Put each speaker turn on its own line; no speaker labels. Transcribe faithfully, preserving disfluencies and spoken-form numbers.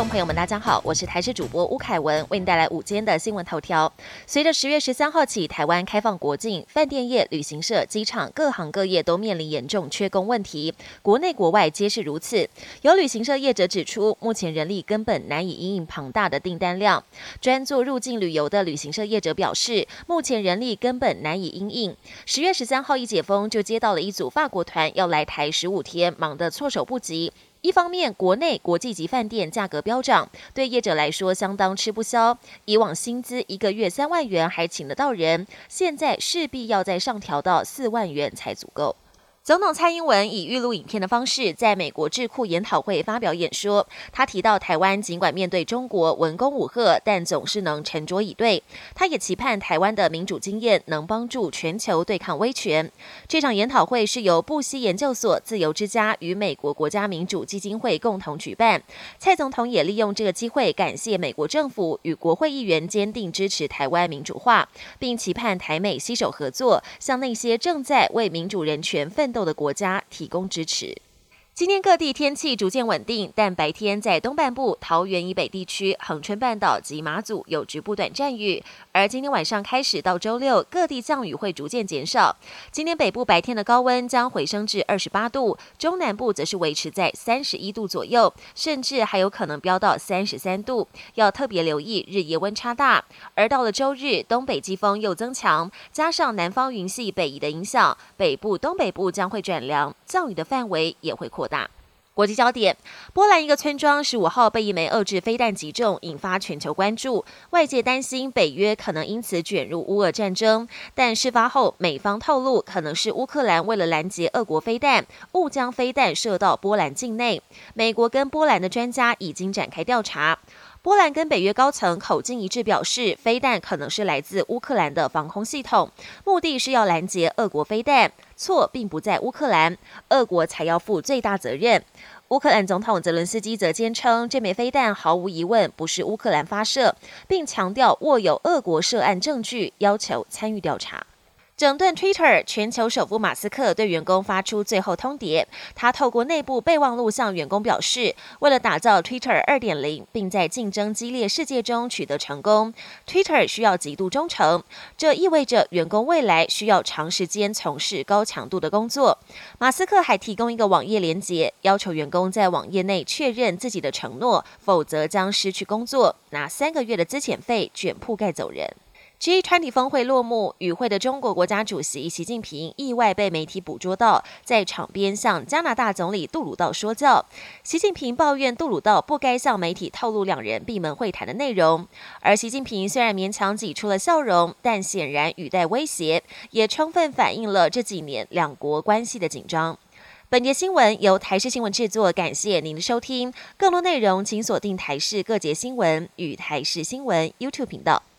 众朋友们，大家好，我是台视主播吴凯文，为您带来午间的新闻头条。随着十月十三号起台湾开放国境，饭店业、旅行社、机场各行各业都面临严重缺工问题，国内国外皆是如此。有旅行社业者指出，目前人力根本难以因应庞大的订单量。专做入境旅游的旅行社业者表示，目前人力根本难以因应。十月十三号一解封，就接到了一组法国团要来台十五天，忙得措手不及。一方面，国内国际级饭店价格飙涨，对业者来说相当吃不消。以往薪资一个月三万元还请得到人，现在势必要再上调到四万元才足够。总统蔡英文以预录影片的方式，在美国智库研讨会发表演说。他提到，台湾尽管面对中国文攻武吓，但总是能沉着以对。他也期盼台湾的民主经验能帮助全球对抗威权。这场研讨会是由布希研究所、自由之家与美国国家民主基金会共同举办。蔡总统也利用这个机会，感谢美国政府与国会议员坚定支持台湾民主化，并期盼台美携手合作，向那些正在为民主人权奋斗的国家提供支持。今天各地天气逐渐稳定，但白天在东半部、桃园以北地区、恒春半岛及马祖有局部短暂雨。而今天晚上开始到周六，各地降雨会逐渐减少。今天北部白天的高温将回升至二十八度，中南部则是维持在三十一度左右，甚至还有可能飙到三十三度。要特别留意日夜温差大。而到了周日，东北季风又增强，加上南方云系北移的影响，北部、东北部将会转凉，降雨的范围也会扩大。国际焦点：波兰一个村庄十五号被一枚遏制飞弹击中，引发全球关注。外界担心北约可能因此卷入乌俄战争，但事发后美方透露，可能是乌克兰为了拦截俄国飞弹，误将飞弹射到波兰境内。美国跟波兰的专家已经展开调查。波兰跟北约高层口径一致表示，飞弹可能是来自乌克兰的防空系统，目的是要拦截俄国飞弹。错并不在乌克兰，俄国才要负最大责任。乌克兰总统泽伦斯基则坚称，这枚飞弹毫无疑问不是乌克兰发射，并强调握有俄国涉案证据，要求参与调查。整顿 Twitter， 全球首富马斯克对员工发出最后通牒。他透过内部备忘录向员工表示，为了打造 Twitter 二点零， 并在竞争激烈世界中取得成功 ，Twitter 需要极度忠诚。这意味着员工未来需要长时间从事高强度的工作。马斯克还提供一个网页连结，要求员工在网页内确认自己的承诺，否则将失去工作，拿三个月的资遣费卷铺盖走人。G 二十 峰会落幕，与会的中国国家主席习近平意外被媒体捕捉到在场边向加拿大总理杜鲁道说教。习近平抱怨杜鲁道不该向媒体透露两人闭门会谈的内容。而习近平虽然勉强挤出了笑容，但显然语带威胁，也充分反映了这几年两国关系的紧张。本节新闻由台视新闻制作，感谢您的收听。更多内容请锁定台视各节新闻与台视新闻 YouTube 频道。